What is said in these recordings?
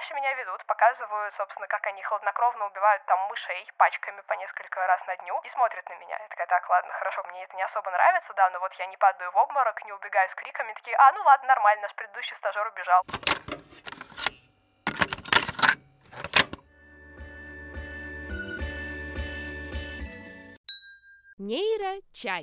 все меня ведут, показывают, собственно, как они хладнокровно убивают там мышей пачками по несколько раз на дню и смотрят на меня. Я такая, так, ладно, хорошо, мне это не особо нравится, да, но вот я не падаю в обморок, не убегаю с криками, такие, ну ладно, нормально, наш предыдущий стажер убежал. Нейрочай.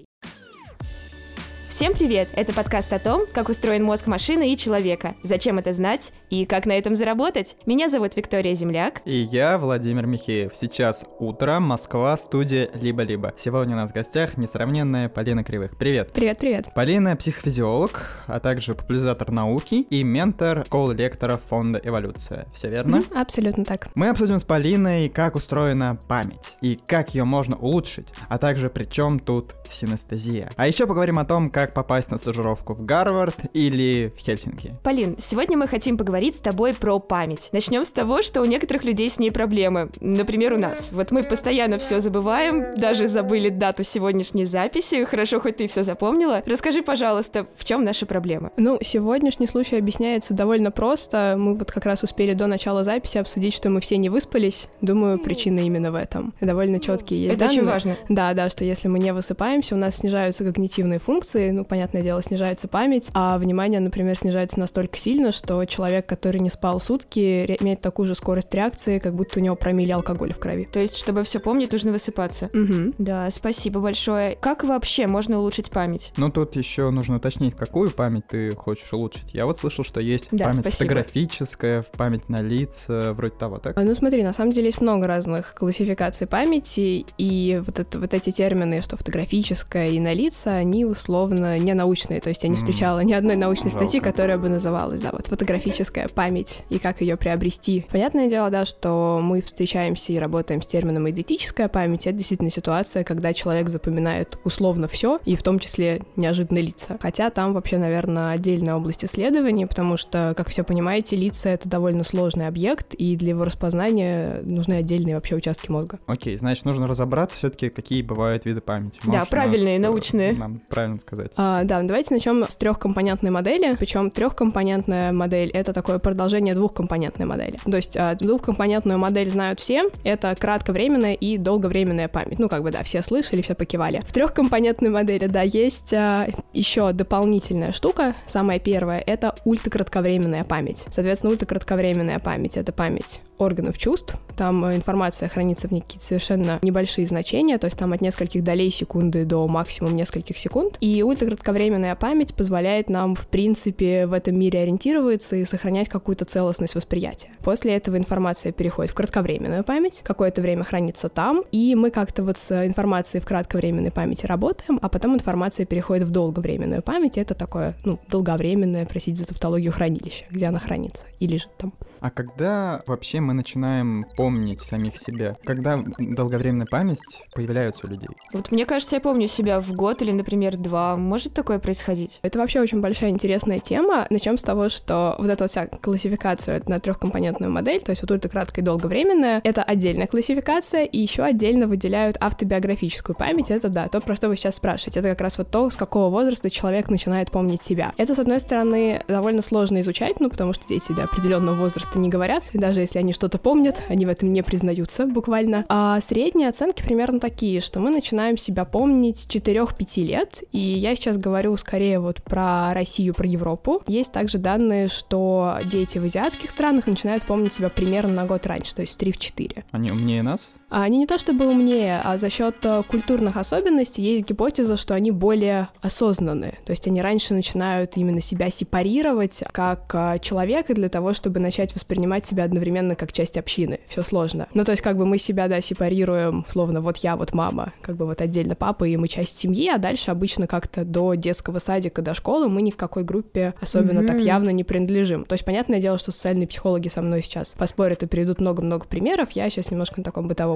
Всем привет! Это подкаст о том, как устроен мозг машины и человека, зачем это знать и как на этом заработать. Меня зовут Виктория Земляк. И я Владимир Михеев. Сейчас утро, Москва, студия «Либо-либо». Сегодня у нас в гостях несравненная Полина Кривых. Привет! Привет-привет! Полина — психофизиолог, а также популяризатор науки и ментор школы-лектора фонда «Эволюция». Все верно? Абсолютно так. Мы обсудим с Полиной, как устроена память и как ее можно улучшить, а также при чем тут синестезия. А еще поговорим о том, как попасть на стажировку в Гарвард или в Хельсинки. Полин, сегодня мы хотим поговорить с тобой про память. Начнем с того, что у некоторых людей с ней проблемы. Например, у нас. Вот мы постоянно все забываем, даже забыли дату сегодняшней записи. Хорошо, хоть ты все запомнила. Расскажи, пожалуйста, в чем наша проблема? Сегодняшний случай объясняется довольно просто. Мы вот как раз успели до начала записи обсудить, что мы все не выспались. Думаю, причина именно в этом. Довольно четкие есть данные. Это очень важно. Да, что если мы не высыпаемся, у нас снижаются когнитивные функции, понятное дело, снижается память, а внимание, например, снижается настолько сильно, что человек, который не спал сутки, имеет такую же скорость реакции, как будто у него промилле алкоголя в крови. То есть, чтобы все помнить, нужно высыпаться. Угу. Да, спасибо большое. Как вообще можно улучшить память? Тут еще нужно уточнить, какую память ты хочешь улучшить. Я вот слышал, что есть память фотографическая, память на лица, вроде того, так? Смотри, на самом деле есть много разных классификаций памяти, и вот эти термины, что фотографическая и на лица, они условно не научные, то есть я не встречала ни одной научной статьи, которая бы называлась, фотографическая память и как ее приобрести. Понятное дело, что мы встречаемся и работаем с термином эйдетическая память. Это действительно ситуация, когда человек запоминает условно все, и в том числе неожиданно лица. Хотя там вообще, наверное, отдельная область исследований, потому что, как все понимаете, лица — это довольно сложный объект, и для его распознания нужны отдельные вообще участки мозга. Окей, значит, нужно разобраться все-таки, какие бывают виды памяти. Да, правильные, научные. Нам правильно сказать. Давайте начнем с трехкомпонентной модели. Причем трехкомпонентная модель — это такое продолжение двухкомпонентной модели. То есть двухкомпонентную модель знают все. Это кратковременная и долговременная память. Все слышали, все покивали. В трехкомпонентной модели, есть еще дополнительная штука. Самая первая — это ультракратковременная память. Соответственно, ультракратковременная память — это память органов чувств. Там информация хранится в какие-то совершенно небольшие значения, то есть там от нескольких долей секунды до максимум нескольких секунд. И ультракратковременная память позволяет нам, в принципе, в этом мире ориентироваться и сохранять какую-то целостность восприятия. После этого информация переходит в кратковременную память, какое-то время хранится там, и мы как-то вот с информацией в кратковременной памяти работаем, а потом информация переходит в долговременную память. Это такое, долговременное, простите за тавтологию, хранилище, где она хранится и лежит там. А когда вообще мы начинаем помнить самих себя? Когда долговременная память появляется у людей? Вот мне кажется, я помню себя в год или, например, 2. Может такое происходить? Это вообще очень большая интересная тема. Начнем с того, что вот эта вся классификация на трехкомпонентную модель, то есть вот ультракраткая и долговременная, это отдельная классификация, и еще отдельно выделяют автобиографическую память. Это то, про что вы сейчас спрашиваете. Это как раз вот то, с какого возраста человек начинает помнить себя. Это, с одной стороны, довольно сложно изучать, потому что дети до определенного возраста не говорят, и даже если они что-то помнят, они в этом не признаются буквально. А средние оценки примерно такие, что мы начинаем себя помнить с 4-5 лет, и я сейчас говорю скорее вот про Россию, про Европу. Есть также данные, что дети в азиатских странах начинают помнить себя примерно на год раньше, то есть 3-4. Они умнее нас? Они не то чтобы умнее, а за счет культурных особенностей есть гипотеза, что они более осознанные. То есть они раньше начинают именно себя сепарировать как человека для того, чтобы начать воспринимать себя одновременно как часть общины. Все сложно. То есть мы себя, сепарируем, словно вот я, вот мама, вот отдельно папа, и мы часть семьи, а дальше обычно как-то до детского садика, до школы мы ни к какой группе особенно так явно не принадлежим. То есть понятное дело, что социальные психологи со мной сейчас поспорят и приведут много-много примеров. Я сейчас немножко на таком бытовом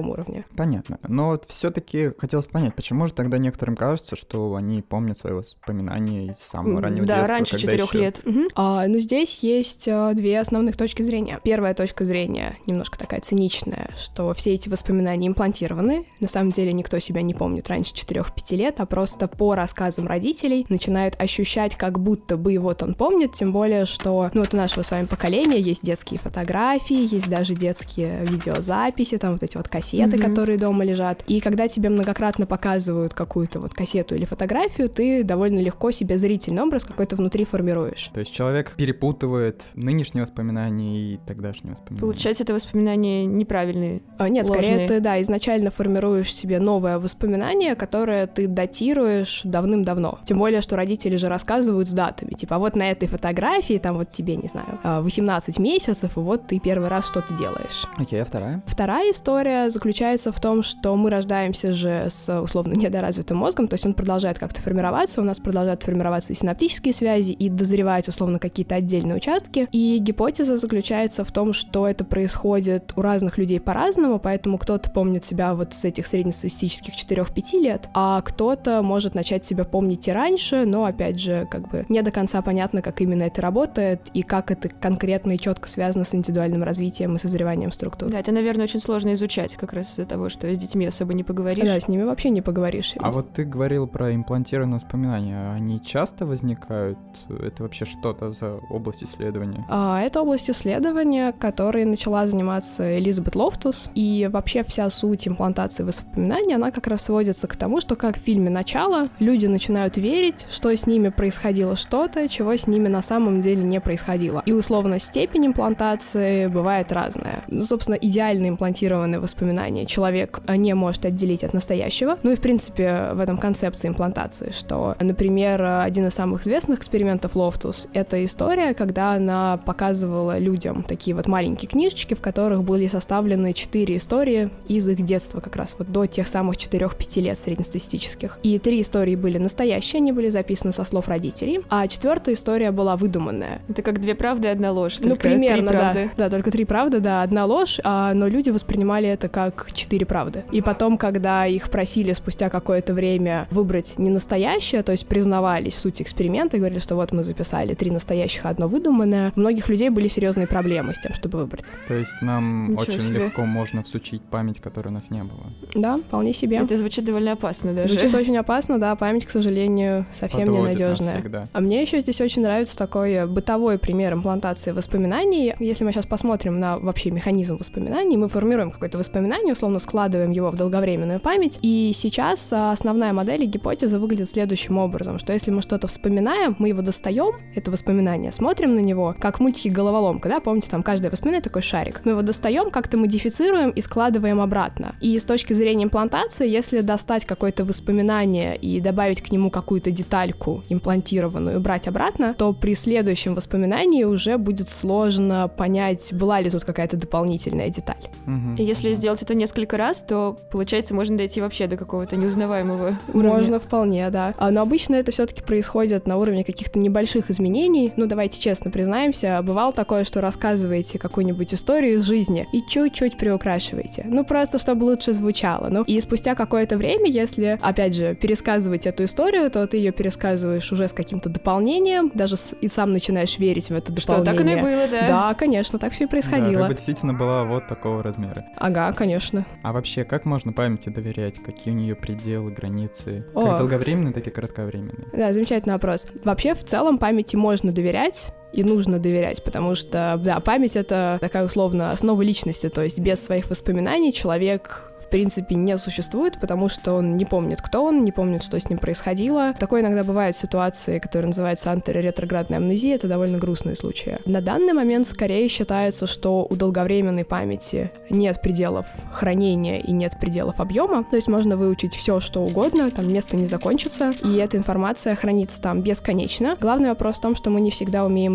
мировом уровне. Понятно. Но вот все-таки хотелось понять, почему же тогда некоторым кажется, что они помнят свои воспоминания из самого раннего детства? Да, раньше 4 лет. Ну, здесь есть две основных точки зрения. Первая точка зрения немножко такая циничная, что все эти воспоминания имплантированы. На самом деле никто себя не помнит раньше 4-5 лет, а просто по рассказам родителей начинает ощущать, как будто бы вот он помнит, тем более, что вот у нашего с вами поколения есть детские фотографии, есть даже детские видеозаписи, там вот эти вот кассеты, которые дома лежат. И когда тебе многократно показывают какую-то вот кассету или фотографию, ты довольно легко себе зрительный образ какой-то внутри формируешь. То есть человек перепутывает нынешние воспоминания и тогдашние воспоминания. Получается, это воспоминания неправильные, Нет, ложные. скорее ты, изначально формируешь себе новое воспоминание, которое ты датируешь давным-давно. Тем более, что родители же рассказывают с датами. Типа, вот на этой фотографии, там вот тебе, не знаю, 18 месяцев, и вот ты первый раз что-то делаешь. Окей, а вторая? Вторая история заключается в том, что мы рождаемся же с условно недоразвитым мозгом, то есть он продолжает как-то формироваться, у нас продолжают формироваться и синаптические связи, и дозревать условно какие-то отдельные участки. И гипотеза заключается в том, что это происходит у разных людей по-разному, поэтому кто-то помнит себя вот с этих среднестатистических 4-5 лет, а кто-то может начать себя помнить и раньше, но, опять же, как бы не до конца понятно, как именно это работает и как это конкретно и четко связано с индивидуальным развитием и созреванием структур. Да, это, наверное, очень сложно изучать, как раз из-за того, что с детьми особо не поговоришь. Да, с ними вообще не поговоришь. А вот ты говорил про имплантированные воспоминания. Они часто возникают? Это вообще что-то за область исследования? Это область исследования, которой начала заниматься Элизабет Лофтус, и вообще вся суть имплантации воспоминаний, она как раз сводится к тому, что как в фильме «Начало» люди начинают верить, что с ними происходило что-то, чего с ними на самом деле не происходило. И условно степень имплантации бывает разная. Собственно, идеально имплантированные воспоминания человек не может отделить от настоящего. Ну и, в принципе, в этом концепции имплантации, что, например, один из самых известных экспериментов Лофтус — это история, когда она показывала людям такие вот маленькие книжечки, в которых были составлены 4 истории из их детства, как раз вот до тех самых 4-5 лет среднестатистических. И 3 истории были настоящие, они были записаны со слов родителей, а 4-я история была выдуманная. Это как 2 правды и 1 ложь, Ну, только примерно, 3 правды. Да, только 3 правды, да, 1 ложь, но люди воспринимали это как 4 правды. И потом, когда их просили спустя какое-то время выбрать не настоящее, то есть признавались в сути эксперимента и говорили, что вот мы записали 3 настоящих, а 1 выдуманное, у многих людей были серьезные проблемы с тем, чтобы выбрать. То есть нам Ничего очень себе. легко можно всучить память, которой у нас не было. Да, вполне себе. Это звучит довольно опасно даже. Звучит очень опасно, да, память, к сожалению, совсем Подводит нас ненадежная. всегда. А мне еще здесь очень нравится такой бытовой пример имплантации воспоминаний. Если мы сейчас посмотрим на вообще механизм воспоминаний, мы формируем какое-то воспоминание, условно складываем его в долговременную память, и сейчас основная модель и гипотеза выглядит следующим образом, что если мы что-то вспоминаем, мы его достаем, это воспоминание, смотрим на него, как в мультике «Головоломка», да, помните, там каждое воспоминание такой шарик. Мы его достаем, как-то модифицируем и складываем обратно. И с точки зрения имплантации, если достать какое-то воспоминание и добавить к нему какую-то детальку имплантированную и брать обратно, то при следующем воспоминании уже будет сложно понять, была ли тут какая-то дополнительная деталь. Мгм. И если сделать это несколько раз, то, получается, можно дойти вообще до какого-то неузнаваемого уровня. Можно вполне, да. Но обычно это все-таки происходит на уровне каких-то небольших изменений. Ну, давайте честно признаемся, бывало такое, что рассказываете какую-нибудь историю из жизни и чуть-чуть приукрашиваете. Ну, просто чтобы лучше звучало. Ну, и спустя какое-то время, если, опять же, пересказывать эту историю, то ты ее пересказываешь уже с каким-то дополнением, даже и сам начинаешь верить в это Что, дополнение. так оно и было, да? Да, конечно, так все и Да, происходило. как бы действительно была вот такого размера. Ага, конечно. А вообще, как можно памяти доверять? Какие у нее пределы, границы? Ох. Как долговременные, так и кратковременные. Да, замечательный вопрос. Вообще, в целом, памяти можно доверять и нужно доверять, потому что, да, память — это такая условно основа личности, то есть без своих воспоминаний человек в принципе не существует, потому что он не помнит, кто он, не помнит, что с ним происходило. Такое иногда бывает в ситуации, которая называется антиретроградная амнезия, это довольно грустные случаи. На данный момент скорее считается, что у долговременной памяти нет пределов хранения и нет пределов объема, то есть можно выучить все, что угодно, там место не закончится, и эта информация хранится там бесконечно. Главный вопрос в том, что мы не всегда умеем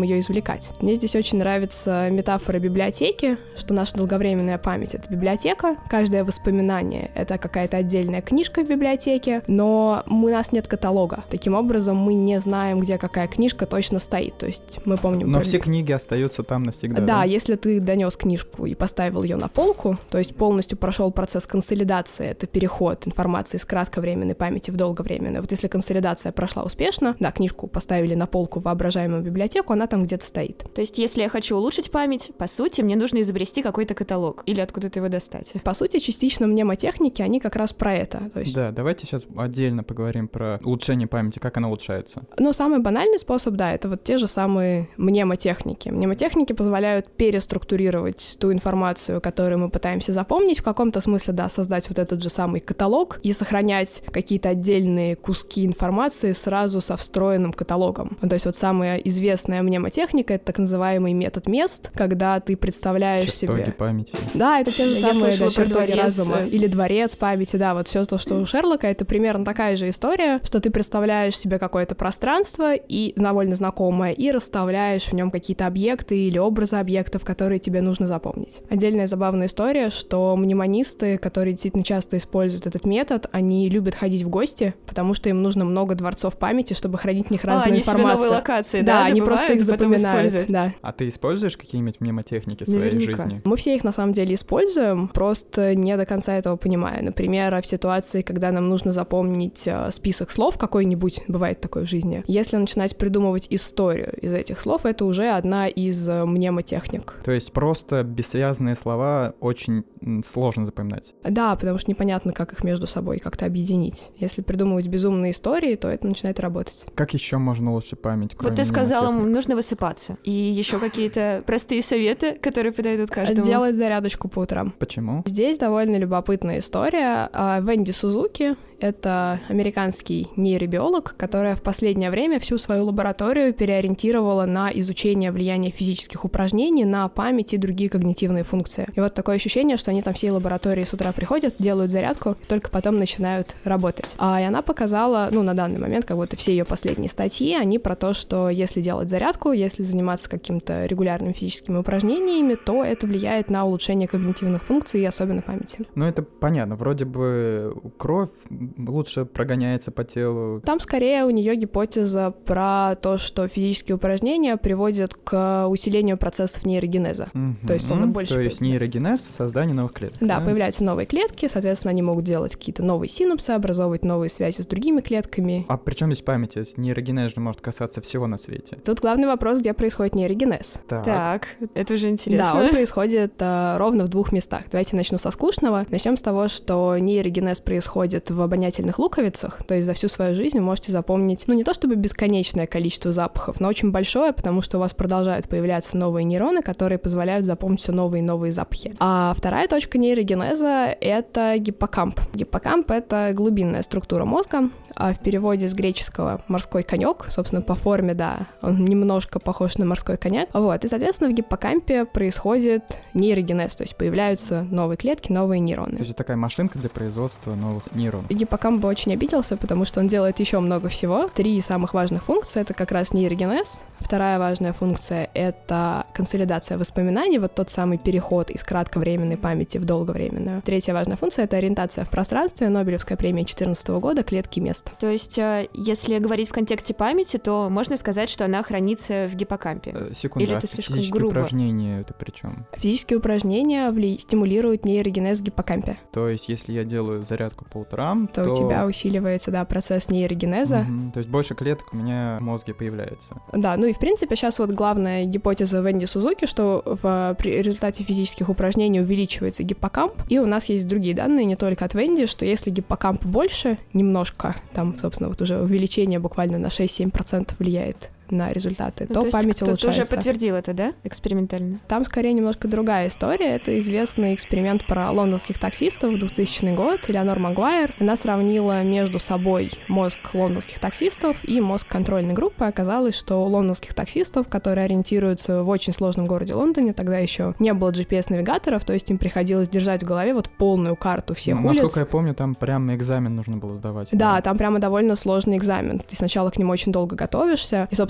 ее извлекать. Мне здесь очень нравится метафора библиотеки, что наша долговременная память — это библиотека, каждое воспоминание — это какая-то отдельная книжка в библиотеке, но у нас нет каталога. Таким образом, мы не знаем, где какая книжка точно стоит. То есть мы помним... Но все книги остаются там навсегда. Да, если ты донес книжку и поставил ее на полку, то есть полностью прошел процесс консолидации, это переход информации из кратковременной памяти в долговременную. Вот если консолидация прошла успешно, да, книжку поставили на полку в воображаемую библиотеку, она там где-то стоит. То есть если я хочу улучшить память, по сути, мне нужно изобрести какой-то каталог или откуда-то его достать. По сути, частично мнемотехники, они как раз про это. То есть... Да, давайте сейчас отдельно поговорим про улучшение памяти, как она улучшается. Ну, самый банальный способ, да, это вот те же самые мнемотехники. Мнемотехники позволяют переструктурировать ту информацию, которую мы пытаемся запомнить, в каком-то смысле, да, создать вот этот же самый каталог и сохранять какие-то отдельные куски информации сразу со встроенным каталогом. То есть вот самая известная мнемотехника — это так называемый метод мест, когда ты представляешь чертоги себе... памяти. Да, это те же самые чертоги дворец. разума. Или дворец памяти, да, вот все то, что у Шерлока, это примерно такая же история, что ты представляешь себе какое-то пространство, и довольно знакомое, и расставляешь в нем какие-то объекты или образы объектов, которые тебе нужно запомнить. Отдельная забавная история, что мнемонисты, которые действительно часто используют этот метод, они любят ходить в гости, потому что им нужно много дворцов памяти, чтобы хранить в них разную они информацию. себе новые локации, да, они просто их запоминают. Да. А ты используешь какие-нибудь мнемотехники в своей жизни? Мы все их на самом деле используем, просто не до конца этого понимая. Например, в ситуации, когда нам нужно запомнить список слов какой-нибудь, бывает такое в жизни, если начинать придумывать историю из этих слов, это уже одна из мнемотехник. То есть просто бессвязные слова очень сложно запоминать? Да, потому что непонятно, как их между собой как-то объединить. Если придумывать безумные истории, то это начинает работать. Как еще можно улучшить память, кроме Вот ты сказала, мнемотехник? нужно высыпаться. И еще какие-то простые советы, которые подойдут каждому. Делать зарядочку по утрам. Почему? Здесь довольно любопытная история. Венди Сузуки — это американский нейробиолог, которая в последнее время всю свою лабораторию переориентировала на изучение влияния физических упражнений на память и другие когнитивные функции. И вот такое ощущение, что они там всей лаборатории с утра приходят, делают зарядку, и только потом начинают работать. И она показала, на данный момент, как будто все ее последние статьи, они про то, что если делать зарядку, если заниматься каким-то регулярными физическими упражнениями, то это влияет на улучшение когнитивных функций и особенно памяти. Ну, это понятно. Вроде бы кровь лучше прогоняется по телу. Там скорее у нее гипотеза про то, что физические упражнения приводят к усилению процессов нейрогенеза. То есть он больше... То есть нейрогенез — создание новых клеток. Да, появляются новые клетки, соответственно, они могут делать какие-то новые синапсы, образовывать новые связи с другими клетками. А при чем здесь память? Нейрогенез же может касаться всего на свете. Тут главный вопрос, где происходит нейрогенез. Так, это уже интересно. Да, он происходит ровно в двух местах. Давайте начну со скучного. Начнем с того, что нейрогенез происходит в обонятельных луковицах, то есть за всю свою жизнь вы можете запомнить, не то чтобы бесконечное количество запахов, но очень большое, потому что у вас продолжают появляться новые нейроны, которые позволяют запомнить все новые и новые запахи. А вторая точка нейрогенеза — это гиппокамп. Гиппокамп — это глубинная структура мозга, а в переводе с греческого «морской конек», собственно, по форме, да, он немножко похож на морской коньяк. И, соответственно, в гиппокампе происходит нейрогенез, то есть появляются новые клетки, новые нейроны. То есть это такая машинка для производства новых нейронов. Гиппокамп бы очень обиделся, потому что он делает еще много всего. 3 самых важных функции — это как раз нейрогенез. Вторая важная функция — это консолидация воспоминаний, вот тот самый переход из кратковременной памяти в долговременную. Третья важная функция — это ориентация в пространстве, Нобелевская премия 2014 года, клетки мест. То есть, если говорить в контексте памяти, то можно сказать, что она хранится в гиппокампе. Секунду, Или а это слишком физические грубо? упражнения это при чем? Физические упражнения стимулируют нейрогенез в гиппокампе. То есть, если я делаю зарядку по утрам, то у тебя усиливается, да, процесс нейрогенеза. То есть больше клеток у меня в мозге появляется. Да, и в принципе сейчас вот главная гипотеза Венди Сузуки, что при результате физических упражнений увеличивается гиппокамп, и у нас есть другие данные, не только от Венди, что если гиппокамп больше, немножко, там, собственно, вот уже увеличение буквально на 6-7% влияет на результаты, то память улучшается. Ты уже подтвердил это, да, экспериментально? Там скорее немножко другая история. Это известный эксперимент про лондонских таксистов в 2000 год. Элеонор Магуайр. Она сравнила между собой мозг лондонских таксистов и мозг контрольной группы. Оказалось, что у лондонских таксистов, которые ориентируются в очень сложном городе Лондоне, тогда еще не было GPS-навигаторов, то есть им приходилось держать в голове вот полную карту всех улиц. Насколько я помню, там прямо экзамен нужно было сдавать. Да, там прямо довольно сложный экзамен. Ты сначала к нему очень долго готовишься, и, собственно,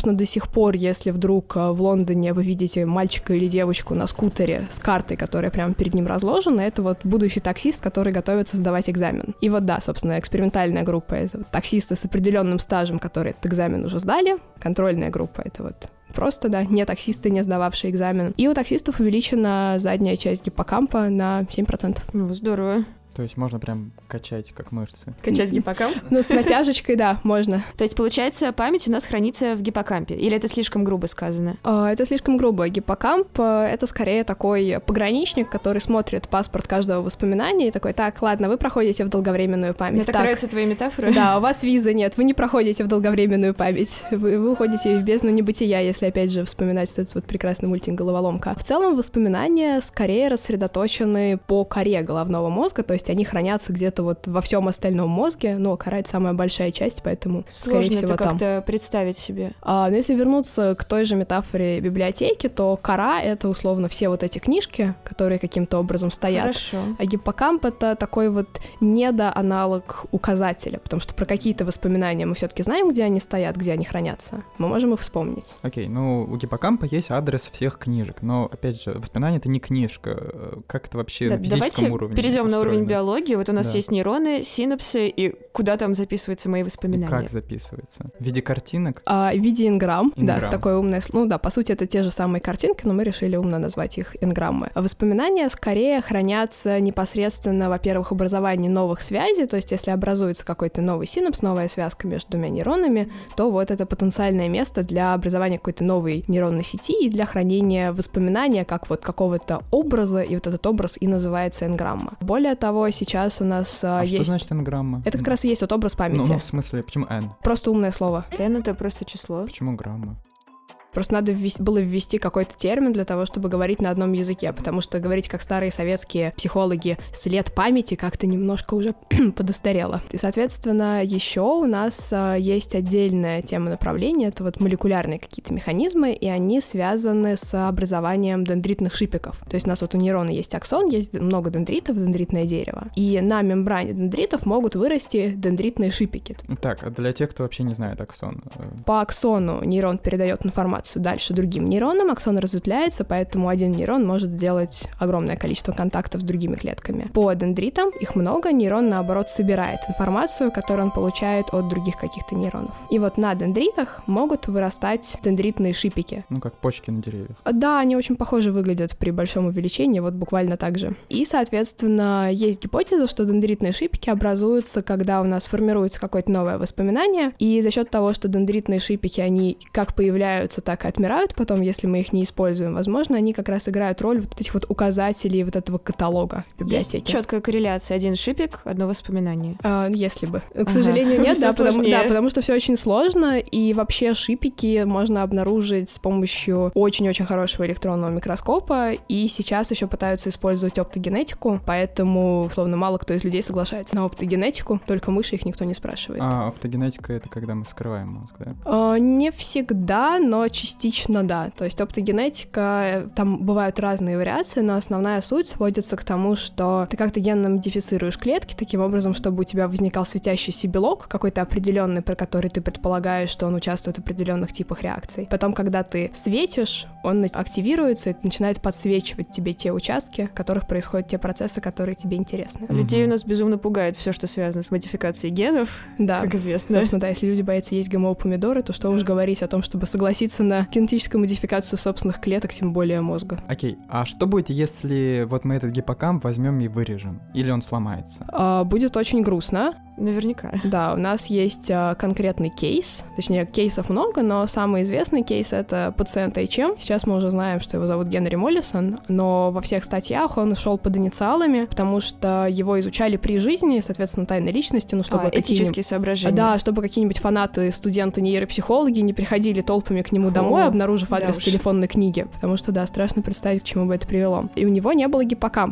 собственно, до сих пор, если вдруг в Лондоне вы видите мальчика или девочку на скутере с картой, которая прямо перед ним разложена, это вот будущий таксист, который готовится сдавать экзамен. И вот да, собственно, экспериментальная группа — это вот таксисты с определенным стажем, которые этот экзамен уже сдали. Контрольная группа — это вот просто, да, не таксисты, не сдававшие экзамен. И у таксистов увеличена задняя часть гиппокампа на 7%. Ну, здорово. То есть можно прям качать, как мышцы. Качать гиппокамп? Ну, с натяжечкой, да, можно. То есть, получается, память у нас хранится в гиппокампе? Или это слишком грубо сказано? Это слишком грубо. Гиппокамп — это скорее такой пограничник, который смотрит паспорт каждого воспоминания и такой: так, ладно, вы проходите в долговременную память. Мне так нравятся твои метафоры. Да, у вас визы нет, вы не проходите в долговременную память. Вы уходите в бездну небытия, если, опять же, вспоминать этот вот прекрасный мультик «Головоломка». В целом, воспоминания скорее рассредоточены по коре головного мозга, то есть они хранятся где-то вот во всем остальном мозге, но кора — это самая большая часть, поэтому, скорее Сложно всего, это там. как-то представить себе. Но если вернуться к той же метафоре библиотеки, то кора — это условно все вот эти книжки, которые каким-то образом стоят. Хорошо. А гиппокамп — это такой вот недоаналог указателя, потому что про какие-то воспоминания мы все-таки знаем, где они стоят, где они хранятся. Мы можем их вспомнить. Окей, ну у гиппокампа есть адрес всех книжек, но, опять же, воспоминание — это не книжка. Как это вообще на физическом уровне? Давайте перейдем на уровень устроено? биологии. Вот у нас есть нейроны, синапсы, и куда там записываются мои воспоминания? И как записывается? В виде картинок? В виде энграмм. Да, Энграмм. такое умное слово. Ну да, по сути, это те же самые картинки, но мы решили умно назвать их энграммы. А воспоминания скорее хранятся непосредственно, во-первых, в образовании новых связей, то есть если образуется какой-то новый синапс, новая связка между двумя нейронами, то вот это потенциальное место для образования какой-то новой нейронной сети и для хранения воспоминания как вот какого-то образа, и вот этот образ и называется энграмма. Более того, сейчас у нас есть... Что значит энграмма? Это как раз и есть вот образ памяти. Ну, в смысле, почему n? Просто умное слово. N — это просто число. Почему грамма? Просто надо было ввести какой-то термин для того, чтобы говорить на одном языке, потому что говорить, как старые советские психологи, след памяти как-то немножко уже подустарело. И, соответственно, еще у нас есть отдельная тема направления, это вот молекулярные какие-то механизмы, и они связаны с образованием дендритных шипиков. То есть у нас вот у нейрона есть аксон, есть много дендритов, дендритное дерево, и на мембране дендритов могут вырасти дендритные шипики. Так, а для тех, кто вообще не знает аксон? По аксону нейрон передает информацию дальше другим нейронам, аксон разветвляется, поэтому один нейрон может сделать огромное количество контактов с другими клетками. По дендритам, их много, нейрон, наоборот, собирает информацию, которую он получает от других каких-то нейронов. И вот на дендритах могут вырастать дендритные шипики. Ну, как почки на деревьях. Да, они очень похоже выглядят при большом увеличении, вот буквально так же. И, соответственно, есть гипотеза, что дендритные шипики образуются, когда у нас формируется какое-то новое воспоминание, и за счет того, что дендритные шипики, они как появляются, так и отмирают потом, если мы их не используем. Возможно, они как раз играют роль вот этих вот указателей вот этого каталога библиотеки. Есть четкая корреляция. Один шипик, одно воспоминание. Если бы. К сожалению, нет, потому что все очень сложно, и вообще шипики можно обнаружить с помощью очень-очень хорошего электронного микроскопа, и сейчас еще пытаются использовать оптогенетику, поэтому, условно, мало кто из людей соглашается на оптогенетику, только мыши, их никто не спрашивает. А оптогенетика — это когда мы скрываем мозг, да? Не всегда, но частично да. То есть оптогенетика, там бывают разные вариации, но основная суть сводится к тому, что ты как-то генно модифицируешь клетки таким образом, чтобы у тебя возникал светящийся белок, какой-то определенный, про который ты предполагаешь, что он участвует в определенных типах реакций. Потом, когда ты светишь, он активируется и начинает подсвечивать тебе те участки, в которых происходят те процессы, которые тебе интересны. Людей у нас безумно пугает все, что связано с модификацией генов, да, как известно. Собственно, да, если люди боятся есть ГМО-помидоры, то что уж говорить о том, чтобы согласиться на генетическую модификацию собственных клеток, тем более мозга. Окей, а что будет, если вот мы этот гиппокамп возьмем и вырежем? Или он сломается? Будет очень грустно. Наверняка. Да, у нас есть конкретный кейс, точнее, кейсов много, но самый известный кейс — это пациент HM. Сейчас мы уже знаем, что его зовут Генри Моллисон, но во всех статьях он шел под инициалами, потому что его изучали при жизни, соответственно, тайной личности, ну, чтобы этические соображения. Да, чтобы какие-нибудь фанаты, студенты, нейропсихологи не приходили толпами к нему домой, обнаружив адрес телефонной книги, потому что, да, страшно представить, к чему бы это привело. И у него не было гиппокампа.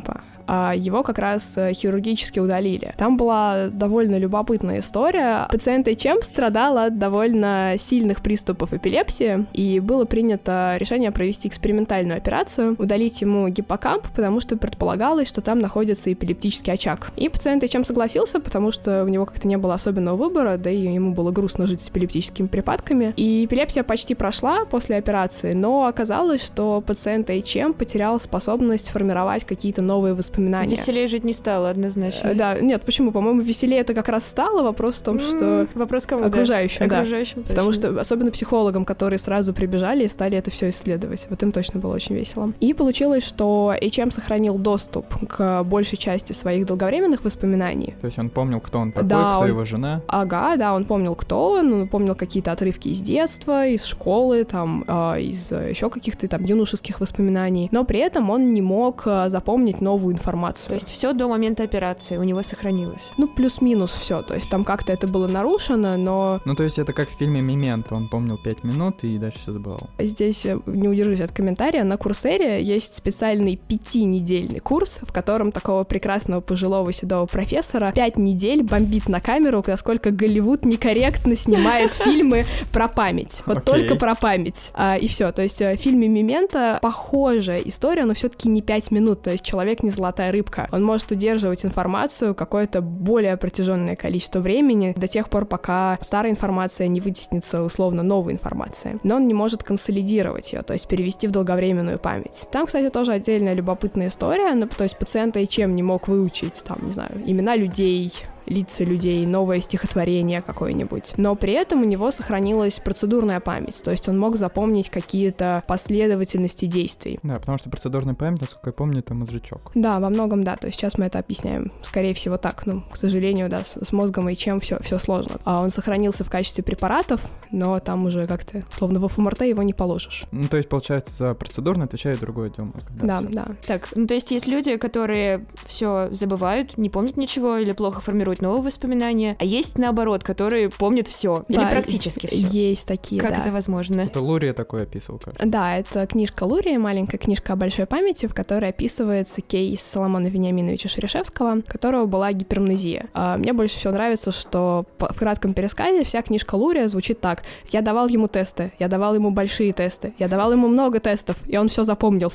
а его как раз хирургически удалили. Там была довольно любопытная история. Пациент Эйчем страдал от довольно сильных приступов эпилепсии, и было принято решение провести экспериментальную операцию, удалить ему гиппокамп, потому что предполагалось, что там находится эпилептический очаг. И пациент Эйчем согласился, потому что у него как-то не было особенного выбора, да и ему было грустно жить с эпилептическими припадками. И эпилепсия почти прошла после операции, но оказалось, что пациент Эйчем потерял способность формировать какие-то новые воспоминания. Веселее жить не стало, однозначно. Да, нет, почему? По-моему, веселее это как раз стало. Вопрос в том, что... Вопрос кому? Окружающим, да. Окружающим, точно. Потому что особенно психологам, которые сразу прибежали и стали это все исследовать. Вот им точно было очень весело. И получилось, что Эйчем сохранил доступ к большей части своих долговременных воспоминаний. То есть он помнил, кто он такой, Да, кто его жена? Ага, да, он помнил, кто он помнил какие-то отрывки из детства, из школы, там, из еще каких-то там юношеских воспоминаний, но при этом он не мог запомнить новую информацию. То есть все до момента операции у него сохранилось? Ну, плюс-минус все, то есть там как-то это было нарушено, но... Ну, то есть это как в фильме «Мементо», он помнил 5 минут и дальше все забывал. Здесь не удержусь от комментария, на Курсере есть специальный 5-недельный курс, в котором такого прекрасного пожилого седого профессора 5 недель бомбит на камеру, насколько Голливуд некорректно снимает фильмы про память. Вот только про память. И все. То есть в фильме «Мементо» похожая история, но все-таки не 5 минут. То есть человек не золотая рыбка. Он может удерживать информацию какое-то более протяженное количество времени до тех пор, пока старая информация не вытеснится условно новой информацией. Но он не может консолидировать ее, то есть перевести в долговременную память. Там, кстати, тоже отдельная любопытная история. То есть пациент Эйчем не мог выучить, там, не знаю, имена людей, лица людей, новое стихотворение какое-нибудь. Но при этом у него сохранилась процедурная память, то есть он мог запомнить какие-то последовательности действий. Да, потому что процедурная память, насколько я помню, это мозжечок. Да, во многом да, то есть сейчас мы это объясняем. Скорее всего так, ну, к сожалению, да, с мозгом и чем все сложно. Он сохранился в качестве препаратов, но там уже как-то, словно в ФМРТ его не положишь. Ну, то есть, получается, за процедурно отвечает другой отдел мозга. Да. Так, ну то есть есть люди, которые все забывают, не помнят ничего или плохо формируют новые воспоминания, а есть наоборот, которые помнят все или практически все. Есть такие, Как да. это возможно? Это Лурия такое описывал, кажется. Да, это книжка Лурии, маленькая книжка о большой памяти, в которой описывается кейс Соломона Вениаминовича Шерешевского, у которого была гипермнезия. Мне больше всего нравится, что в кратком пересказе вся книжка Лурия звучит так: я давал ему тесты, я давал ему большие тесты, я давал ему много тестов, и он все запомнил.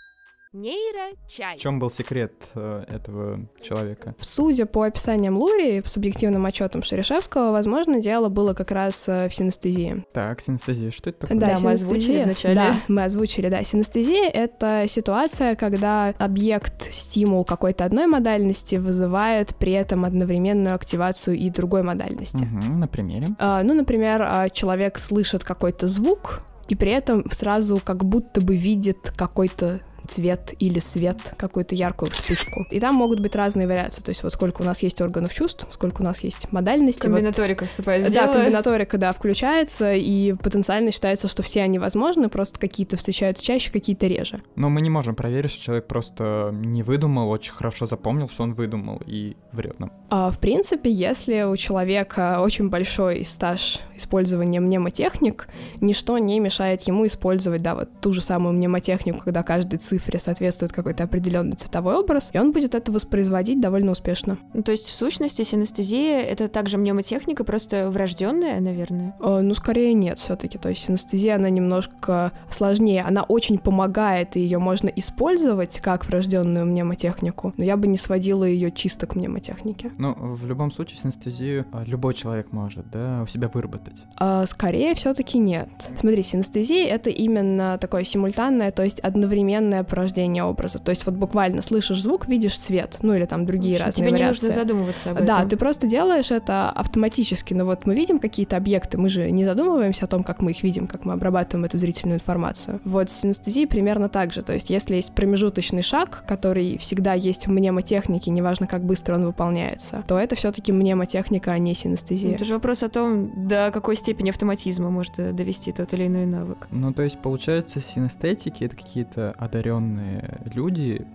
Нейрочай. В чем был секрет этого человека? Судя по описаниям Лурии, по субъективным отчетам Шерешевского, возможно, дело было как раз в синестезии. Так, синестезия, что это такое? Да, мы озвучили вначале. Да, мы озвучили, да. Синестезия — это ситуация, когда объект, стимул какой-то одной модальности вызывает при этом одновременную активацию и другой модальности. На примере? Ну, например, человек слышит какой-то звук, и при этом сразу как будто бы видит какой-то цвет или свет, какую-то яркую вспышку. И там могут быть разные вариации. То есть вот сколько у нас есть органов чувств, сколько у нас есть модальностей. Комбинаторика вступает в дело. дело. Да, комбинаторика, да, включается, и потенциально считается, что все они возможны, просто какие-то встречаются чаще, какие-то реже. Но мы не можем проверить, что человек просто не выдумал, очень хорошо запомнил, что он выдумал, и врет нам. В принципе, если у человека очень большой стаж использования мнемотехник, ничто не мешает ему использовать, да, вот ту же самую мнемотехнику, когда каждый цифре соответствует какой-то определенный цветовой образ, и он будет это воспроизводить довольно успешно. Ну, то есть, в сущности, синестезия — это также мнемотехника, просто врожденная, наверное? Ну, скорее нет, все-таки. То есть синестезия, она немножко сложнее. Она очень помогает, и ее можно использовать как врожденную мнемотехнику, но я бы не сводила ее чисто к мнемотехнике. Ну, в любом случае, синестезию любой человек может, да, у себя выработать. Скорее, все-таки нет. Смотри, синестезия — это именно такое симультанное, то есть одновременное порождение образа. То есть вот буквально слышишь звук, видишь цвет, ну или там другие разные тебе вариации. Тебе не нужно задумываться об этом. Да, ты просто делаешь это автоматически. Но вот мы видим какие-то объекты, мы же не задумываемся о том, как мы их видим, как мы обрабатываем эту зрительную информацию. Вот с синестезией примерно так же. То есть если есть промежуточный шаг, который всегда есть в мнемотехнике, неважно, как быстро он выполняется, то это все-таки мнемотехника, а не синестезия. Это же вопрос о том, до какой степени автоматизма может довести тот или иной навык. Ну, то есть, получается, синестетики — это какие-то одаренные люди,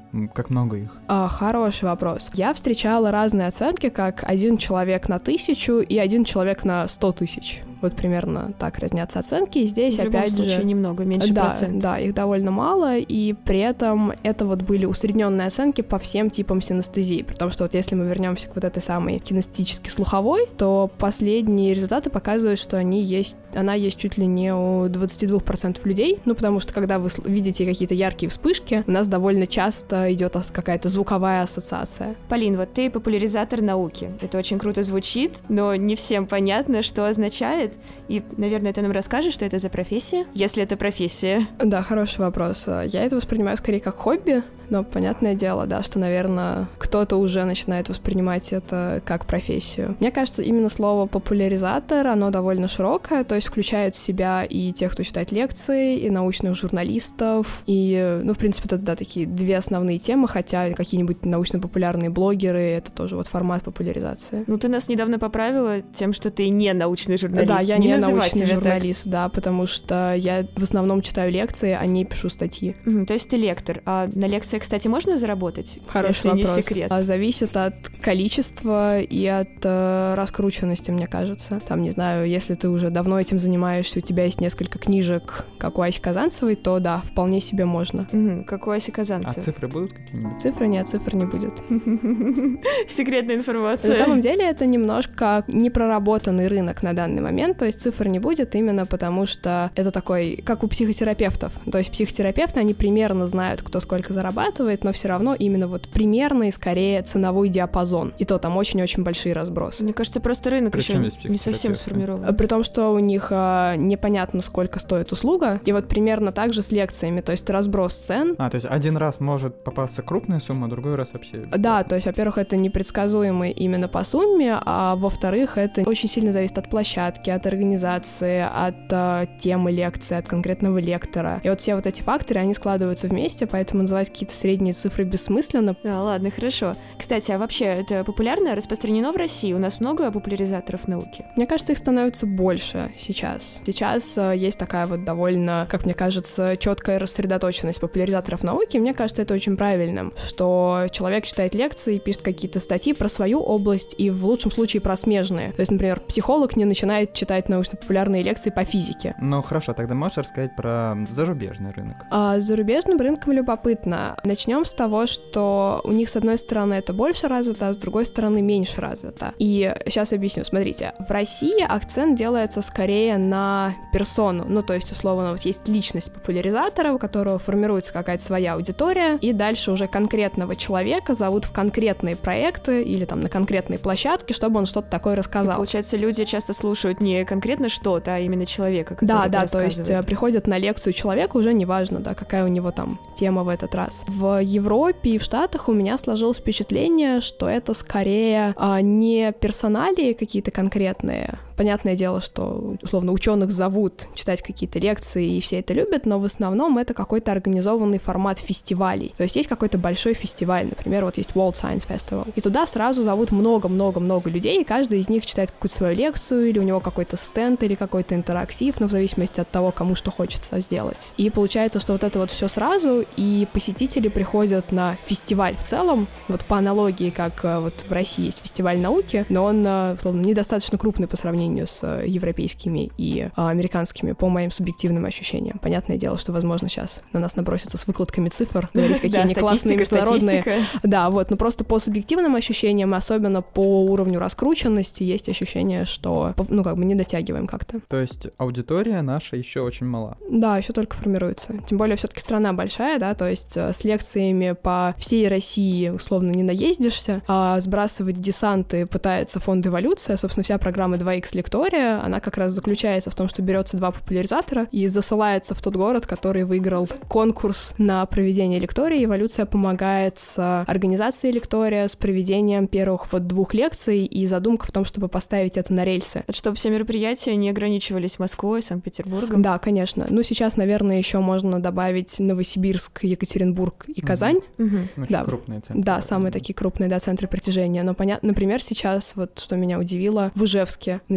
Как много их? Хороший вопрос. Я встречала разные оценки, как 1 человек на 1000 и 1 человек на 100 тысяч. Вот примерно так разнятся оценки. И здесь, в любом опять случае, же... немного, меньше процентов. Да, их довольно мало, и при этом это вот были усредненные оценки по всем типам синестезии. При том, что вот если мы вернемся к вот этой самой кинестетически-слуховой, то последние результаты показывают, что она есть чуть ли не у 22% людей, потому что когда вы видите какие-то яркие вспышки, у нас довольно часто идет какая-то звуковая ассоциация. Полин, вот ты популяризатор науки. Это очень круто звучит, но не всем понятно, что означает. И, наверное, ты нам расскажешь, что это за профессия, если это профессия. Да, хороший вопрос. Я это воспринимаю скорее как хобби, но понятное дело, да, что, наверное, кто-то уже начинает воспринимать это как профессию. Мне кажется, именно слово «популяризатор», оно довольно широкое, то есть включает в себя и тех, кто читает лекции, и научных журналистов, и, в принципе, это, да, такие две основные темы, хотя какие-нибудь научно-популярные блогеры — это тоже вот формат популяризации. Ты нас недавно поправила тем, что ты не научный журналист. Да, я не научный журналист, так. Да, потому что я в основном читаю лекции, а не пишу статьи. То есть ты лектор, а на лекции, кстати, можно заработать? Хороший вопрос. Не секрет. Зависит от количества и от раскрученности, мне кажется. Там, не знаю, если ты уже давно этим занимаешься, у тебя есть несколько книжек, как у Аси Казанцевой, то да, вполне себе можно. Как у Аси Казанцевой. А цифры будут какие-нибудь? Цифры нет, цифр не будет. Секретная информация. На самом деле это немножко непроработанный рынок на данный момент, то есть цифр не будет именно потому, что это такой, как у психотерапевтов. То есть психотерапевты, они примерно знают, кто сколько зарабатывает, но все равно именно вот примерный, скорее, ценовой диапазон. И то там очень-очень большие разбросы. Мне кажется, просто рынок еще не совсем сформирован. При том, что у них непонятно, сколько стоит услуга, и вот примерно так же с лекциями, то есть разброс цен. То есть один раз может попасться крупная сумма, другой раз вообще... Да, то есть, во-первых, это непредсказуемо именно по сумме, а во-вторых, это очень сильно зависит от площадки, от организации, от темы лекции, от конкретного лектора. И вот все вот эти факторы, они складываются вместе, поэтому называть какие-то средние цифры бессмысленно. Ладно, хорошо. Кстати, а вообще это популярно, распространено в России? У нас много популяризаторов науки? Мне кажется, их становится больше сейчас. Сейчас есть такая вот довольно, как мне кажется, четкая рассредоточенность популяризаторов науки. Мне кажется, это очень правильным, что человек читает лекции, пишет какие-то статьи про свою область и в лучшем случае про смежные. То есть, например, психолог не начинает читать научно-популярные лекции по физике. Хорошо, тогда можешь рассказать про зарубежный рынок? С зарубежным рынком любопытно. Начнем с того, что у них, с одной стороны, это больше развито, а с другой стороны, меньше развито. И сейчас объясню. Смотрите, в России акцент делается скорее на персону. То есть, условно, вот есть личность популяризатора, у которого формируется какая-то своя аудитория, и дальше уже конкретного человека зовут в конкретные проекты или там на конкретные площадки, чтобы он что-то такое рассказал. И, получается, люди часто слушают не конкретно что-то, а именно человека, который Да, то есть приходят на лекцию человека, уже неважно, да, какая у него там тема в этот раз. В Европе и в Штатах у меня сложилось впечатление, что это скорее не персоналии какие-то конкретные. Понятное дело, что, условно, ученых зовут читать какие-то лекции, и все это любят, но в основном это какой-то организованный формат фестивалей. То есть есть какой-то большой фестиваль, например, вот есть World Science Festival, и туда сразу зовут много-много-много людей, и каждый из них читает какую-то свою лекцию, или у него какой-то стенд, или какой-то интерактив, в зависимости от того, кому что хочется сделать. И получается, что вот это вот все сразу, и посетители приходят на фестиваль в целом, вот по аналогии, как вот в России есть фестиваль науки, но он, условно, недостаточно крупный по сравнению с европейскими и американскими, по моим субъективным ощущениям. Понятное дело, что, возможно, сейчас на нас набросятся с выкладками цифр, говорить, какие они классные, международные. Да, вот, но просто по субъективным ощущениям, особенно по уровню раскрученности, есть ощущение, что, не дотягиваем как-то. То есть аудитория наша еще очень мала? Да, еще только формируется. Тем более, все-таки страна большая, да, то есть с лекциями по всей России, условно, не наездишься, а сбрасывать десанты пытается фонд «Эволюция», собственно, вся программа 2Х Лектория, она как раз заключается в том, что берется 2 популяризатора и засылается в тот город, который выиграл конкурс на проведение лектории. Эволюция помогает с организацией лектория, с проведением первых 2 лекций, и задумка в том, чтобы поставить это на рельсы. Чтобы все мероприятия не ограничивались Москвой, Санкт-Петербургом. Да, конечно. Сейчас, наверное, еще можно добавить Новосибирск, Екатеринбург и Казань. Очень крупные центры. Да, самые такие крупные, центры притяжения. Но, например, сейчас, вот что меня удивило, в Ижевске начинают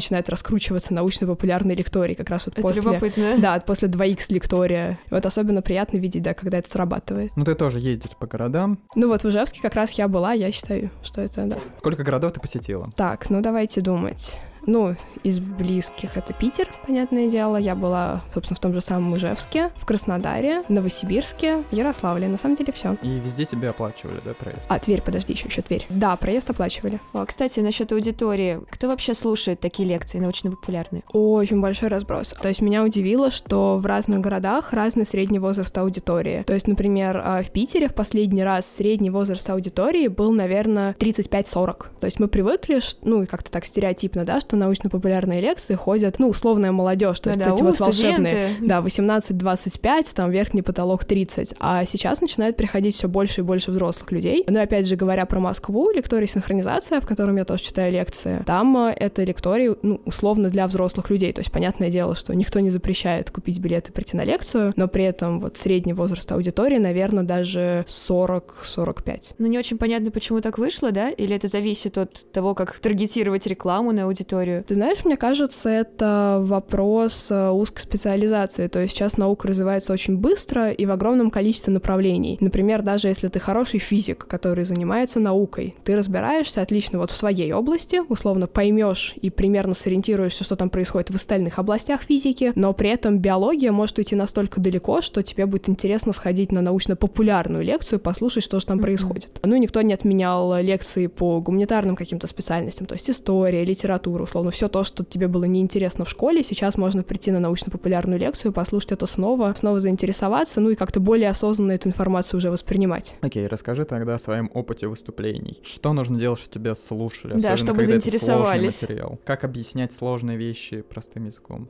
начинает раскручиваться научно-популярный лекторий как раз вот Это после... любопытно. Да, после 2х лектория. Вот особенно приятно видеть, да, когда это срабатывает. Ну, ты тоже ездишь по городам. Ну вот в Ижевске как раз я была, я считаю, что это, да. Сколько городов ты посетила? Так, ну давайте думать. Ну, из близких это Питер, понятное дело. Я была, собственно, в том же самом Ижевске, в Краснодаре, Новосибирске, Ярославле. На самом деле все. И везде тебе оплачивали, да, проезд? А, Тверь, подожди, еще Тверь. Да, проезд оплачивали. Кстати, насчет аудитории. Кто вообще слушает такие лекции научно-популярные? Очень большой разброс. То есть меня удивило, что в разных городах разный средний возраст аудитории. То есть, например, в Питере в последний раз средний возраст аудитории был, наверное, 35-40. То есть мы привыкли, ну, как-то так стереотипно, да, что научно-популярные лекции ходят, ну, условная молодежь, то есть эти вот волшебные. Да, 18-25, там верхний потолок 30. А сейчас начинает приходить все больше и больше взрослых людей. Но опять же, говоря про Москву, лекторий «Синхронизация», в котором я тоже читаю лекции, там это лекторий, ну, условно для взрослых людей. То есть понятное дело, что никто не запрещает купить билет и прийти на лекцию, но при этом вот средний возраст аудитории, наверное, даже 40-45. Ну, не очень понятно, почему так вышло, да? Или это зависит от того, как таргетировать рекламу на аудиторию? Ты знаешь, мне кажется, это вопрос узкой специализации. То есть сейчас наука развивается очень быстро и в огромном количестве направлений. Например, даже если ты хороший физик, который занимается наукой, ты разбираешься отлично вот в своей области, условно поймешь и примерно сориентируешься, что там происходит в остальных областях физики, но при этом биология может уйти настолько далеко, что тебе будет интересно сходить на научно-популярную лекцию, послушать, что же там происходит. Ну и никто не отменял лекции по гуманитарным каким-то специальностям, то есть история, литература, условно, все то, что тебе было неинтересно в школе, сейчас можно прийти на научно-популярную лекцию, послушать это снова заинтересоваться, ну и как-то более осознанно эту информацию уже воспринимать. Окей, расскажи тогда о своем опыте выступлений. Что нужно делать, чтобы тебя слушали? Да, особенно чтобы когда заинтересовались. Это сложный материал. Как объяснять сложные вещи простым языком?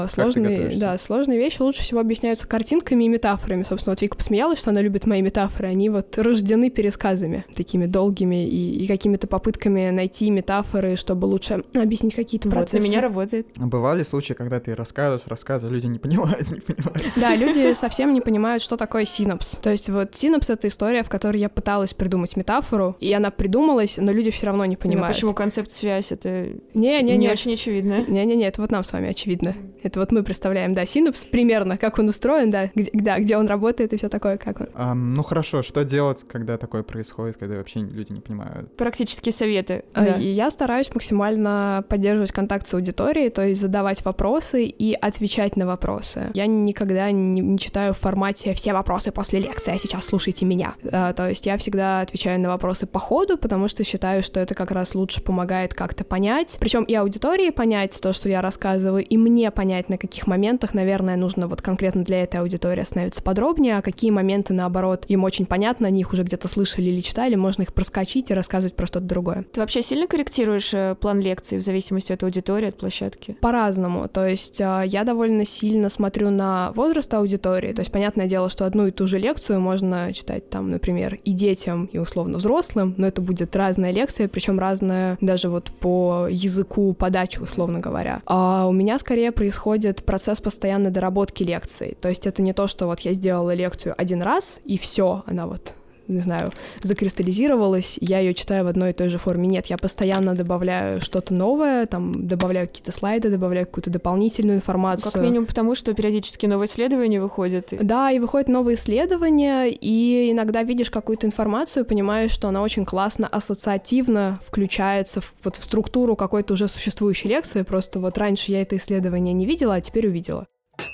Сложные вещи лучше всего объясняются картинками и метафорами. Собственно, вот Вика посмеялась, что она любит мои метафоры. Они вот рождены пересказами, такими долгими и какими-то попытками найти метафоры, чтобы лучше объяснить какие-то процессы. Вот, на меня работает. Бывали случаи, когда ты рассказываешь, люди не понимают. Да, люди совсем не понимают, что такое синапс. То есть вот синапс — это история, в которой я пыталась придумать метафору, и она придумалась, но люди все равно не понимают. Но почему концепт связь? Это не очень очевидно. Не-не-не, это вот нам с вами очевидно. Это вот мы представляем, да, синапс примерно, как он устроен, да, где он работает и все такое, как он. Ну хорошо, что делать, когда такое происходит, когда вообще люди не понимают? Практические советы. Да. И я стараюсь максимально поддерживать контакт с аудиторией, то есть задавать вопросы и отвечать на вопросы. Я никогда не читаю в формате «все вопросы после лекции, а сейчас слушайте меня». То есть я всегда отвечаю на вопросы по ходу, потому что считаю, что это как раз лучше помогает как-то понять. Причем и аудитории понять то, что я рассказываю, и мне понять, на каких моментах, наверное, нужно вот конкретно для этой аудитории остановиться подробнее, а какие моменты, наоборот, им очень понятно, они их уже где-то слышали или читали, можно их проскочить и рассказывать про что-то другое. Ты вообще сильно корректируешь план лекции в зависимости от аудитории, от площадки? По-разному. То есть я довольно сильно смотрю на возраст аудитории. То есть понятное дело, что одну и ту же лекцию можно читать там, например, и детям, и условно взрослым, но это будет разная лекция, причем разная даже вот по языку подачи, условно говоря. А у меня скорее происходит процесс постоянной доработки лекций. То есть это не то, что вот я сделала лекцию один раз, и все, она вот, не знаю, закристаллизировалась, я ее читаю в одной и той же форме. Нет, я постоянно добавляю что-то новое, там, добавляю какие-то слайды, добавляю какую-то дополнительную информацию. Как минимум потому, что периодически новые исследования выходят. Да, и выходят новые исследования, и иногда видишь какую-то информацию, понимаешь, что она очень классно, ассоциативно включается в структуру какой-то уже существующей лекции, просто вот раньше я это исследование не видела, а теперь увидела.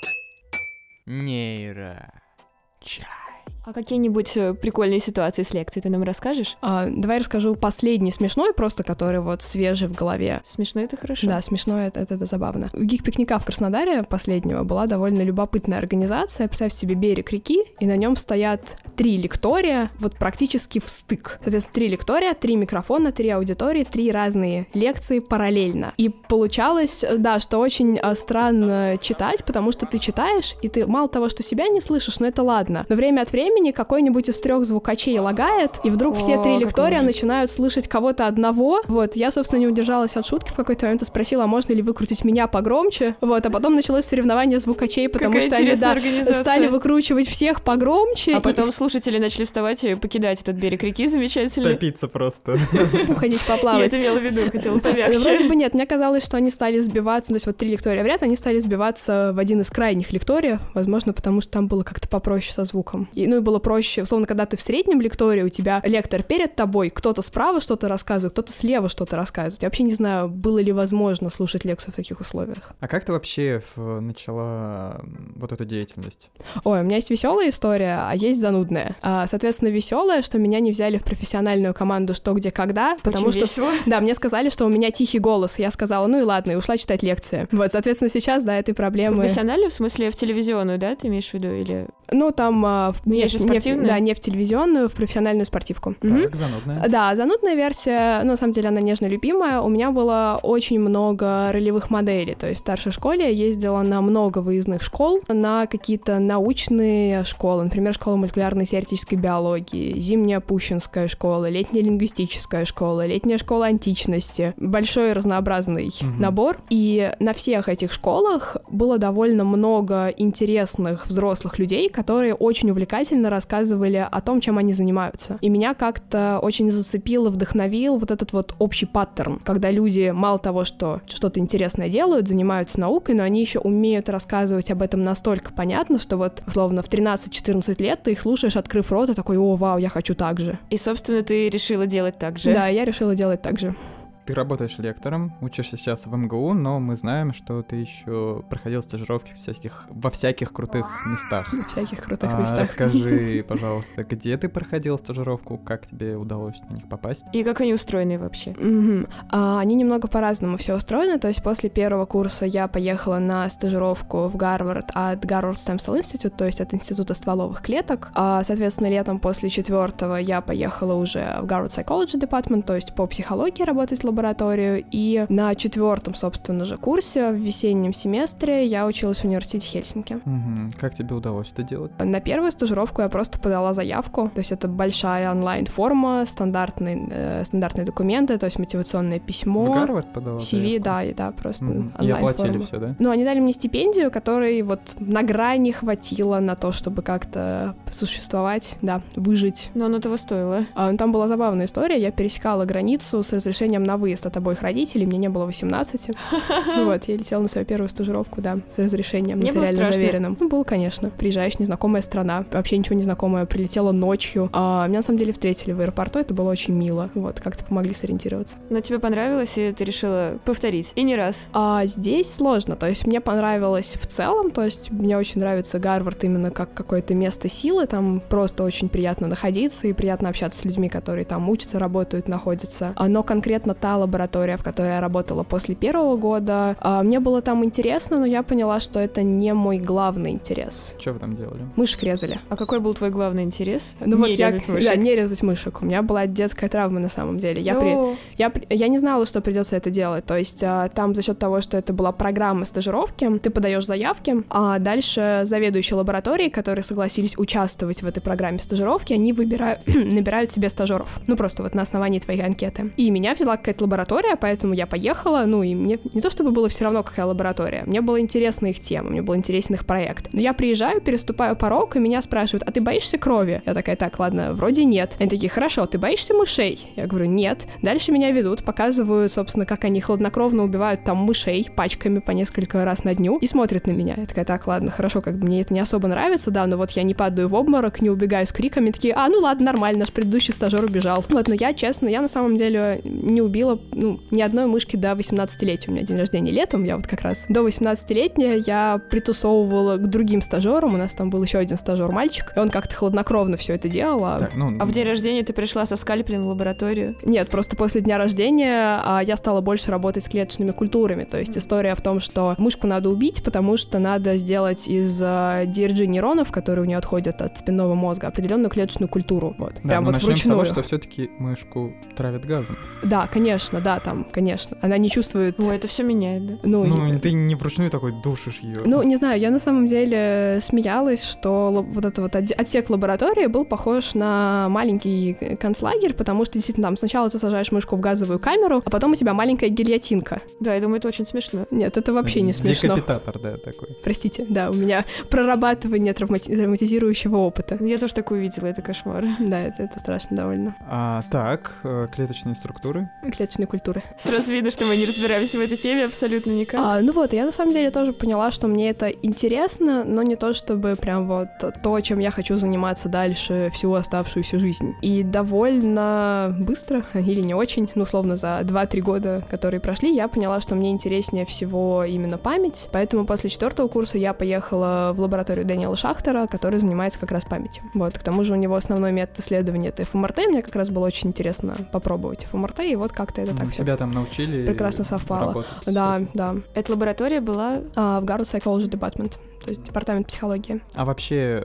Нейрочай. А какие-нибудь прикольные ситуации с лекцией ты нам расскажешь? Давай расскажу последний смешной, просто который вот свежий в голове. Смешной — это хорошо. Да, смешной — это забавно. У гик-пикника в Краснодаре последнего была довольно любопытная организация. Представь себе берег реки, и на нем стоят 3 лектория, вот практически в стык. Соответственно, 3 лектория, 3 микрофона, 3 аудитории, 3 разные лекции параллельно. И получалось, да, что очень странно читать, потому что ты читаешь, и ты мало того, что себя не слышишь, но это ладно. Но время от времени времени какой-нибудь из 3 звукачей лагает, и вдруг все 3 лектория начинают слышать кого-то одного. Вот, я, собственно, не удержалась от шутки в какой-то момент и спросила, а можно ли выкрутить меня погромче. Вот, а потом началось соревнование звукачей, потому что они стали выкручивать всех погромче. А потом слушатели начали вставать и покидать этот берег реки замечательный. Топиться просто. Уходить поплавать. Я это имела в виду, хотела помягче. Вроде бы нет, мне казалось, что они стали сбиваться, то есть вот 3 лектория в ряд, они стали сбиваться в один из крайних лекториев, возможно, потому что там было как-то попроще со звуком. И было проще, условно, когда ты в среднем лектории, у тебя лектор перед тобой, кто-то справа что-то рассказывает, кто-то слева что-то рассказывает. Я вообще не знаю, было ли возможно слушать лекцию в таких условиях. А как ты вообще начала вот эту деятельность? Ой, у меня есть веселая история, а есть занудная. Соответственно, веселая, что меня не взяли в профессиональную команду «Что, где, когда», потому очень что... Весело. Да, мне сказали, что у меня тихий голос. Я сказала, ну и ладно, и ушла читать лекции. Вот, соответственно, сейчас, да, этой проблемы... Профессиональную, в смысле, в телевизионную, да, ты имеешь в виду, или... Ну, там... не спортивную? Да, не в телевизионную, в профессиональную спортивку. Так, занудная. Да, занудная версия, на самом деле, она нежно любимая. У меня было очень много ролевых моделей, то есть в старшей школе я ездила на много выездных школ, на какие-то научные школы, например, школа молекулярной и теоретической биологии, зимняя Пущинская школа, летняя лингвистическая школа, летняя школа античности. Большой разнообразный набор. И на всех этих школах было довольно много интересных взрослых людей, которые очень увлекательно рассказывали о том, чем они занимаются. И меня как-то очень зацепил и вдохновил вот этот вот общий паттерн, когда люди мало того, что что-то интересное делают, занимаются наукой, но они еще умеют рассказывать об этом настолько понятно, что вот, условно, в 13-14 лет ты их слушаешь, открыв рот, и такой, о, вау, я хочу так же. И, собственно, ты решила делать так же. Да, я решила делать так же. Ты работаешь лектором, учишься сейчас в МГУ, но мы знаем, что ты еще проходил стажировки во всяких крутых местах. Во всяких крутых местах. Расскажи, пожалуйста, где ты проходил стажировку, как тебе удалось на них попасть? И как они устроены вообще? Они немного по-разному все устроены, то есть после первого курса я поехала на стажировку в Гарвард от Гарвард Stem Cell Institute, то есть от Института стволовых клеток. Соответственно, летом после 4-го я поехала уже в Гарвард Psychology Department, то есть по психологии работать в лабораторию, и на 4-м, собственно же, курсе в весеннем семестре я училась в университете Хельсинки. Как тебе удалось это делать? На первую стажировку я просто подала заявку, то есть это большая онлайн-форма, стандартные документы, то есть мотивационное письмо. В Гарвард подала CV, заявку? да, просто онлайн-форма. И оплатили все, да? Ну, они дали мне стипендию, которой вот на грани хватило на то, чтобы как-то существовать, да, выжить. Но оно того стоило. Там была забавная история, я пересекала границу с разрешением на выезд от обоих родителей, мне не было 18. Вот, я летела на свою первую стажировку, да, с разрешением нотариально заверенным. Ну, было, конечно. Приезжаешь, незнакомая страна, вообще ничего не знакомое, прилетела ночью. Меня, на самом деле, встретили в аэропорту, это было очень мило. Вот, как-то помогли сориентироваться. Но тебе понравилось, и ты решила повторить? И не раз? Здесь сложно, то есть мне понравилось в целом, то есть мне очень нравится Гарвард именно как какое-то место силы, там просто очень приятно находиться и приятно общаться с людьми, которые там учатся, работают, находятся. Но конкретно та лаборатория, в которой я работала после первого года, мне было там интересно, но я поняла, что это не мой главный интерес. Что вы там делали? Мышек резали. А какой был твой главный интерес? Резать мышек. Да, не резать мышек. У меня была детская травма на самом деле. Я не знала, что придется это делать. То есть там за счет того, что это была программа стажировки, ты подаешь заявки, а дальше заведующие лаборатории, которые согласились участвовать в этой программе стажировки, они набирают себе стажеров. Ну, просто вот на основании твоей анкеты. И меня взяла какая-то лаборатория, поэтому я поехала, и мне не то чтобы было все равно, какая лаборатория, мне было интересна их тема, мне был интересен их проект. Но я приезжаю, переступаю порог, и меня спрашивают, а ты боишься крови? Я такая, так, ладно, вроде нет. Они такие, хорошо, ты боишься мышей? Я говорю, нет. Дальше меня ведут, показывают, собственно, как они хладнокровно убивают там мышей пачками по несколько раз на дню и смотрят на меня. Я такая, так, ладно, хорошо, как бы мне это не особо нравится, да, но вот я не падаю в обморок, не убегаю с криками, такие, ну ладно, нормально, наш предыдущий стажер убежал. Вот, но я, честно, на самом деле не убила, ни одной мышки до 18-летия. У меня день рождения летом, я вот как раз до 18-летия я притусовывала к другим стажерам, у нас там был еще один стажер-мальчик, и он как-то хладнокровно все это делал. А в день рождения ты пришла со скальпелем в лабораторию? Нет, просто после дня рождения я стала больше работать с клеточными культурами, то есть история в том, что мышку надо убить, потому что надо сделать из DRG нейронов, которые у нее отходят от спинного мозга, определенную клеточную культуру. Вот. Да, прям вот начнем вручную. с того, что все-таки мышку травят газом. Да, конечно. конечно, да, там, конечно. Она не чувствует... Ой, это все меняет, да? Ну, ты не вручную такой душишь ее. Ну, не знаю, я на самом деле смеялась, что вот этот вот отсек лаборатории был похож на маленький концлагерь, потому что действительно там сначала ты сажаешь мышку в газовую камеру, а потом у тебя маленькая гильотинка. Да, я думаю, это очень смешно. Нет, это вообще не смешно. Декапитатор, да, такой. Простите, да, у меня прорабатывание травматизирующего опыта. Я тоже такую видела, это кошмар. Да, это страшно довольно. Так, клеточные структуры. Клеточной культуры. Сразу видно, что мы не разбираемся в этой теме абсолютно никак. Ну вот, я на самом деле тоже поняла, что мне это интересно, но не то, чтобы прям вот то, чем я хочу заниматься дальше всю оставшуюся жизнь. И довольно быстро, или не очень, ну, условно, за 2-3 года, которые прошли, я поняла, что мне интереснее всего именно память, поэтому после 4-го курса я поехала в лабораторию Дэниела Шахтера, который занимается как раз памятью. Вот, к тому же у него основной метод исследования — это ФМРТ, мне как раз было очень интересно попробовать ФМРТ, и вот как-то это так все тебя там научили прекрасно совпало. Да. Эта лаборатория была в Garwood Psychology Department, то есть департамент психологии. А вообще,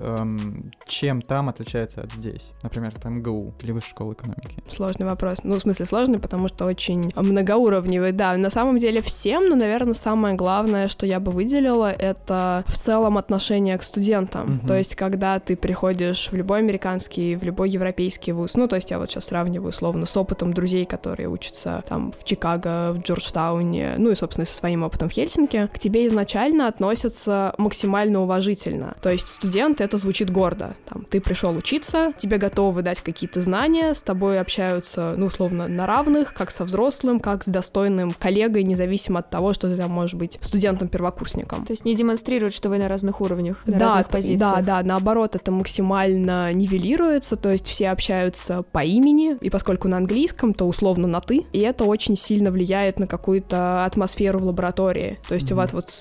чем там отличается от здесь? Например, от МГУ или Высшей школы экономики? Сложный вопрос. Ну, в смысле, сложный, потому что очень многоуровневый, да. На самом деле всем, но, наверное, самое главное, что я бы выделила, это в целом отношение к студентам. То есть, когда ты приходишь в любой американский, в любой европейский вуз, ну, то есть я вот сейчас сравниваю условно с опытом друзей, которые учатся там в Чикаго, в Джорджтауне, ну и, собственно, со своим опытом в Хельсинки, к тебе изначально относятся максимально уважительно. То есть студент — это звучит гордо. Там, ты пришел учиться, тебе готовы дать какие-то знания, с тобой общаются, ну, условно, на равных, как со взрослым, как с достойным коллегой, независимо от того, что ты там можешь быть студентом-первокурсником. То есть не демонстрируют, что вы на разных уровнях, на разных позициях. Да, наоборот, это максимально нивелируется, то есть все общаются по имени, и поскольку на английском, то условно на «ты», и это очень сильно влияет на какую-то атмосферу в лаборатории. То есть у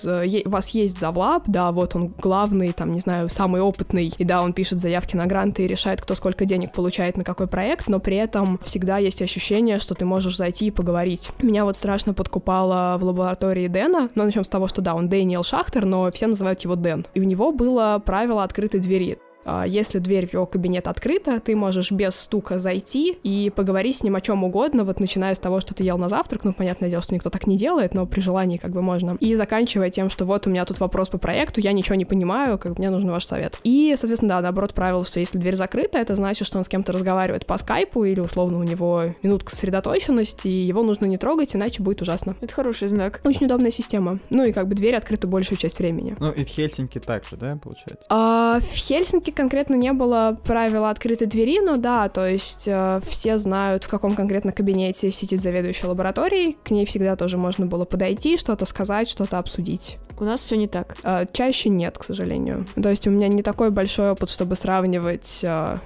вас есть завлаб, да, вот он главный, там, не знаю, самый опытный, и да, он пишет заявки на гранты и решает, кто сколько денег получает на какой проект, но при этом всегда есть ощущение, что ты можешь зайти и поговорить. Меня вот страшно подкупало в лаборатории Дэна, но начнем с того, что да, он Дэниел Шахтер, но все называют его Дэн. И у него было правило открытой двери. Если дверь в его кабинет открыта, ты можешь без стука зайти и поговорить с ним о чем угодно, вот начиная с того, что ты ел на завтрак, ну, понятное дело, что никто так не делает, но при желании как бы можно, и заканчивая тем, что вот у меня тут вопрос по проекту, я ничего не понимаю, как бы мне нужен ваш совет. И, соответственно, да, наоборот, правило, что если дверь закрыта, это значит, что он с кем-то разговаривает по скайпу, или, условно, у него минутка сосредоточенности, и его нужно не трогать, иначе будет ужасно. Это хороший знак. Очень удобная система. Ну, и как бы дверь открыта большую часть времени. Ну, и в Хельсинки также, да, получается? В Хельсинки конкретно не было правила открытой двери, но да, то есть все знают, в каком конкретно кабинете сидит заведующая лабораторией, к ней всегда тоже можно было подойти, что-то сказать, что-то обсудить. У нас все не так. Чаще нет, к сожалению. То есть у меня не такой большой опыт, чтобы сравнивать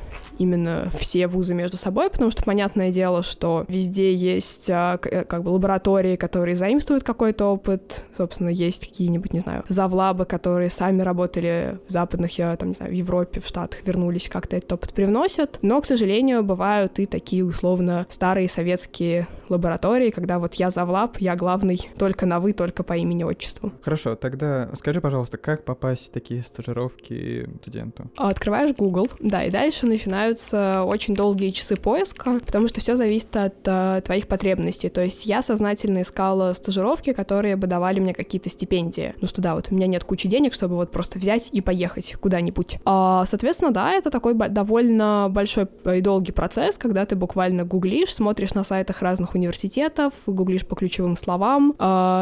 именно все вузы между собой, потому что понятное дело, что везде есть как бы лаборатории, которые заимствуют какой-то опыт, собственно, есть какие-нибудь, не знаю, завлабы, которые сами работали в западных, там, не знаю, в Европе, в Штатах, вернулись, как-то этот опыт привносят, но, к сожалению, бывают и такие, условно, старые советские лаборатории, когда вот я завлаб, я главный, только на «вы», только по имени-отчеству. Хорошо, тогда скажи, пожалуйста, как попасть в такие стажировки студенту? Открываешь Google, да, и дальше начинаются очень долгие часы поиска, потому что все зависит от твоих потребностей. То есть я сознательно искала стажировки, которые бы давали мне какие-то стипендии. Ну что да, вот у меня нет кучи денег, чтобы вот просто взять и поехать куда-нибудь. Соответственно, да, это такой довольно большой и долгий процесс, когда ты буквально гуглишь, смотришь на сайтах разных университетов, гуглишь по ключевым словам,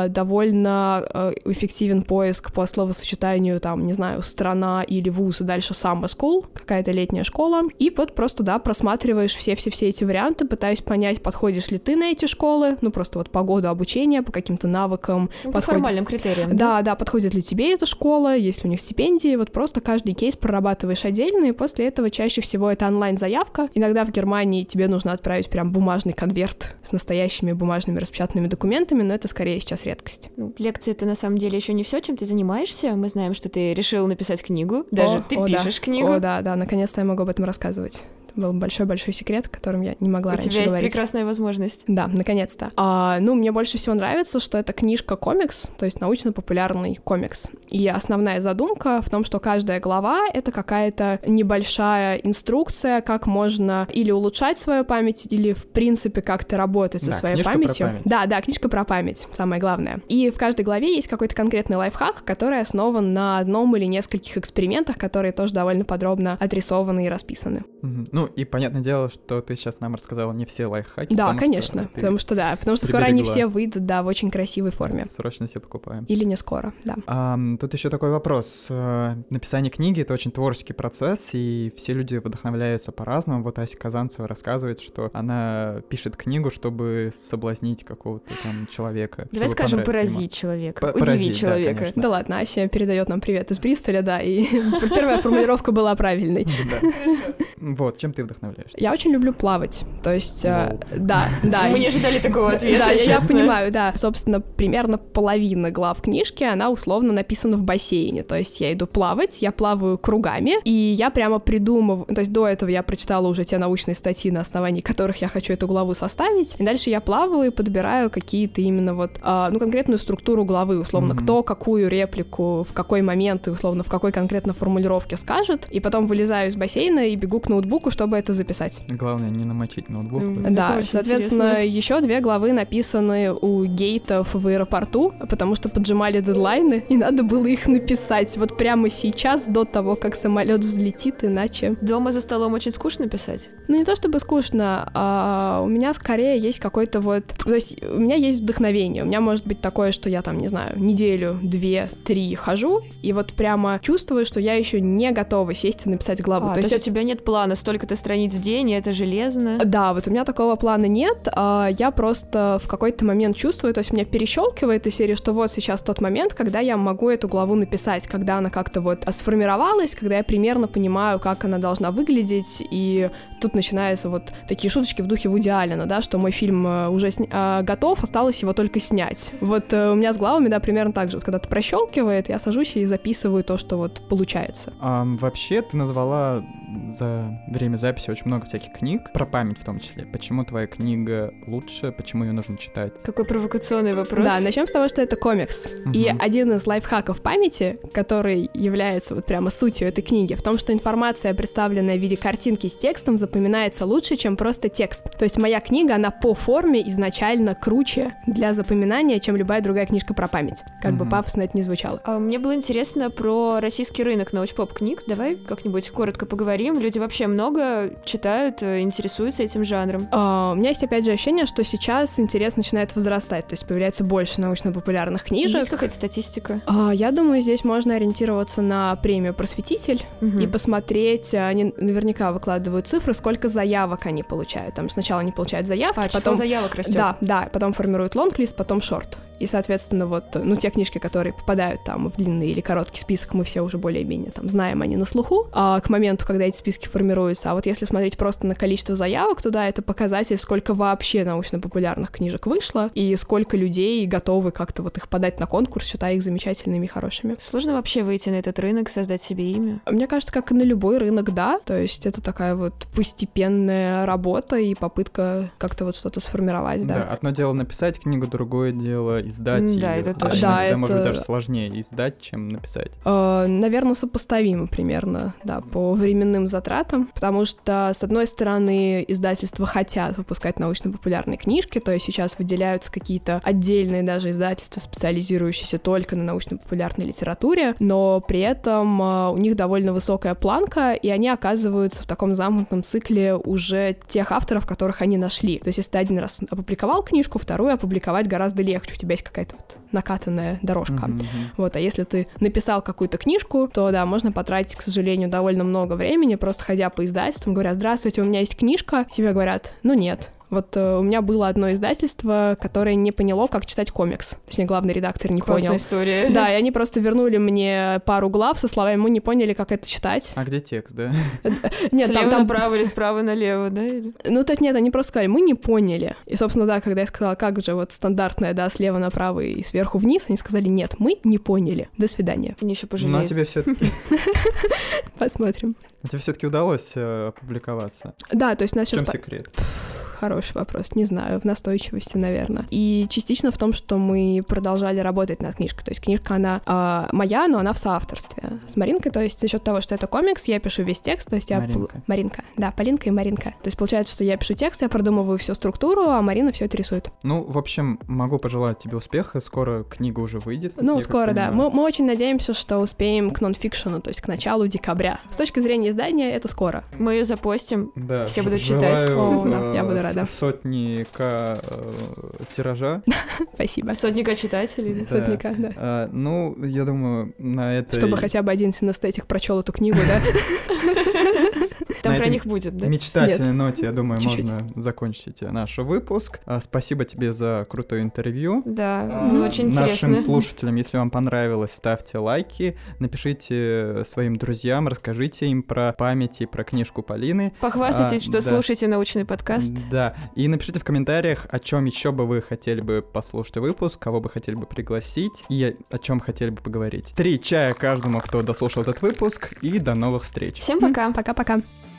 довольно эффективен поиск по словосочетанию, там, не знаю, страна или вуз, и дальше summer school, какая-то летняя школа, и вот просто, да, просматриваешь все эти варианты, пытаясь понять, подходишь ли ты на эти школы, ну, просто вот по году обучения, по каким-то навыкам. По формальным критериям. Да, подходит ли тебе эта школа, есть ли у них стипендии, вот просто каждый кейс прорабатываешь отдельно, и после этого чаще всего это онлайн-заявка. Иногда в Германии тебе нужно отправить прям бумажный конверт с настоящими бумажными распечатанными документами, но это скорее сейчас редкость. Ну, лекции — это на самом деле еще не все, чем ты занимаешься. Мы знаем, что ты решил написать книгу, даже ты пишешь книгу. Да, наконец-то я могу об этом рассказывать. был большой-большой секрет, о котором я не могла раньше говорить. У тебя есть прекрасная возможность. Да, наконец-то. Мне больше всего нравится, что это книжка-комикс, то есть научно-популярный комикс. И основная задумка в том, что каждая глава — это какая-то небольшая инструкция, как можно или улучшать свою память, или, в принципе, как-то работать со своей памятью. Да, книжка про память, самое главное. И в каждой главе есть какой-то конкретный лайфхак, который основан на одном или нескольких экспериментах, которые тоже довольно подробно отрисованы и расписаны. Ну, и понятное дело, что ты сейчас нам рассказала не все лайфхаки. Да, конечно, потому что скоро они все выйдут, в очень красивой форме. Срочно все покупаем. Или не скоро, да. Тут еще такой вопрос. Написание книги — это очень творческий процесс, и все люди вдохновляются по-разному. Вот Ася Казанцева рассказывает, что она пишет книгу, чтобы соблазнить какого-то там человека. Давай скажем, поразить человека, удивить человека. Да ладно, Ася передает нам привет из Бристоля, да, и первая формулировка была правильной. Вот, чем ты вдохновляешься? Я очень люблю плавать, то есть, да. Мы не ожидали такого ответа, да, я понимаю, да. Собственно, примерно половина глав книжки, она условно написана в бассейне, то есть я иду плавать, я плаваю кругами, и я прямо придумываю, то есть до этого я прочитала уже те научные статьи, на основании которых я хочу эту главу составить, и дальше я плаваю и подбираю какие-то именно конкретную структуру главы, условно, кто какую реплику, в какой момент и, условно, в какой конкретно формулировке скажет, и потом вылезаю из бассейна и бегу к ноутбуку, чтобы это записать. Главное, не намочить ноутбук. Да, соответственно, еще 2 главы написаны у гейтов в аэропорту, потому что поджимали дедлайны, и надо было их написать вот прямо сейчас, до того, как самолет взлетит, иначе... Дома за столом очень скучно писать? Ну, не то чтобы скучно, а у меня скорее есть какой-то то есть у меня есть вдохновение, у меня может быть такое, что я там, не знаю, неделю, 2-3 хожу, и вот прямо чувствую, что я еще не готова сесть и написать главу. То есть у тебя нет плана столько-то страниц в день, и это железно? Да, вот у меня такого плана нет, я просто в какой-то момент чувствую, то есть меня перещелкивает из серии, что вот сейчас тот момент, когда я могу эту главу написать, когда она как-то сформировалась, когда я примерно понимаю, как она должна выглядеть, и тут начинаются такие шуточки в духе Вуди Аллена, да, что мой фильм уже готов, осталось его только снять. У меня с главами, да, примерно так же. Когда-то прощелкивает, я сажусь и записываю то, что получается. Вообще, ты назвала за время записи очень много всяких книг, про память в том числе. Почему твоя книга лучше, почему ее нужно читать? Какой провокационный вопрос. Да, начнем с того, что это комикс. И один из лайфхаков памяти, который является прямо сутью этой книги, в том, что информация, представленная в виде картинки с текстом, запоминается лучше, чем просто текст. То есть моя книга, она по форме изначально круче для запоминания, чем любая другая книжка про память. Как бы пафосно это ни звучало. Мне было интересно про российский рынок научпоп книг. Давай как-нибудь коротко поговорим. Люди вообще много читают, интересуются этим жанром. У меня есть, опять же, ощущение, что сейчас интерес начинает возрастать, то есть появляется больше научно-популярных книжек. Есть какая-то статистика? Я думаю, здесь можно ориентироваться на премию «Просветитель» и посмотреть, они наверняка выкладывают цифры, сколько заявок они получают. Там сначала они получают заявки, потом заявок растет. Да, потом формируют лонглист, потом шорт. И, соответственно, те книжки, которые попадают там в длинный или короткий список, мы все уже более-менее там знаем, они на слуху, к моменту, когда эти списки формируются. А если смотреть просто на количество заявок туда, это показатель, сколько вообще научно-популярных книжек вышло, и сколько людей готовы как-то их подать на конкурс, считая их замечательными и хорошими. Сложно вообще выйти на этот рынок, создать себе имя? Мне кажется, как и на любой рынок, да. То есть это такая постепенная работа и попытка как-то что-то сформировать, да. Да, одно дело написать книгу, другое дело издать. Да, это точно. Да, может быть, даже сложнее издать, чем написать. Наверное, сопоставимо примерно, да, по временным затратам, потому что, с одной стороны, издательства хотят выпускать научно-популярные книжки, то есть сейчас выделяются какие-то отдельные даже издательства, специализирующиеся только на научно-популярной литературе, но при этом у них довольно высокая планка, и они оказываются в таком замкнутом цикле уже тех авторов, которых они нашли. То есть если ты один раз опубликовал книжку, вторую опубликовать гораздо легче, у тебя есть какая-то накатанная дорожка. А если ты написал какую-то книжку, то да, можно потратить, к сожалению, довольно много времени, просто ходя по издательствам, говоря: здравствуйте, у меня есть книжка, тебе говорят: ну нет. Вот у меня было одно издательство, которое не поняло, как читать комикс. Точнее, главный редактор не Классная понял. история. Да, и они просто вернули мне пару глав со словами «мы не поняли, как это читать». А где текст, да? Нет, Слева там... направо или справа налево, да? Или... Ну, так нет, они просто сказали «мы не поняли». И, собственно, да, когда я сказала, как же вот стандартное, да, слева направо и сверху вниз, они сказали «нет, мы не поняли, до свидания». Они еще Но пожалеют. тебе все-таки Посмотрим. удалось опубликоваться. Да, то есть у нас В чем сейчас... секрет? Хороший вопрос, не знаю, в настойчивости, наверное. И частично в том, что мы продолжали работать над книжкой. То есть книжка, она моя, но она в соавторстве с Маринкой. То есть за счет того, что это комикс, я пишу весь текст. То есть я... Маринка. Да, Полинка и Маринка. То есть получается, что я пишу текст, я продумываю всю структуру, а Марина все это рисует. Ну, в общем, могу пожелать тебе успеха. Скоро книга уже выйдет. Ну, скоро, да. Мы очень надеемся, что успеем к нонфикшену, то есть к началу декабря. С точки зрения издания, это скоро. Мы ее запостим, Да, все будут читать. О, да, я буду рада. Сотни тиража. Спасибо. Сотника читателей. Да. Сотника, да. Ну, я думаю, на это... Чтобы хотя бы один синестетик прочел эту книгу, да? Там На про этой них будет, да? мечтательной Нет. ноте, я думаю, Чуть-чуть. можно закончить наш выпуск. Спасибо тебе за крутое интервью. Да, было очень интересно. Нашим слушателям, если вам понравилось, ставьте лайки, напишите своим друзьям, расскажите им про память и про книжку Полины. Похвастайтесь, что да. слушаете научный подкаст. Да, и напишите в комментариях, о чем еще бы вы хотели бы послушать выпуск, кого бы хотели бы пригласить и о чем хотели бы поговорить. 3 чая каждому, кто дослушал этот выпуск, и до новых встреч. Всем пока. Пока-пока.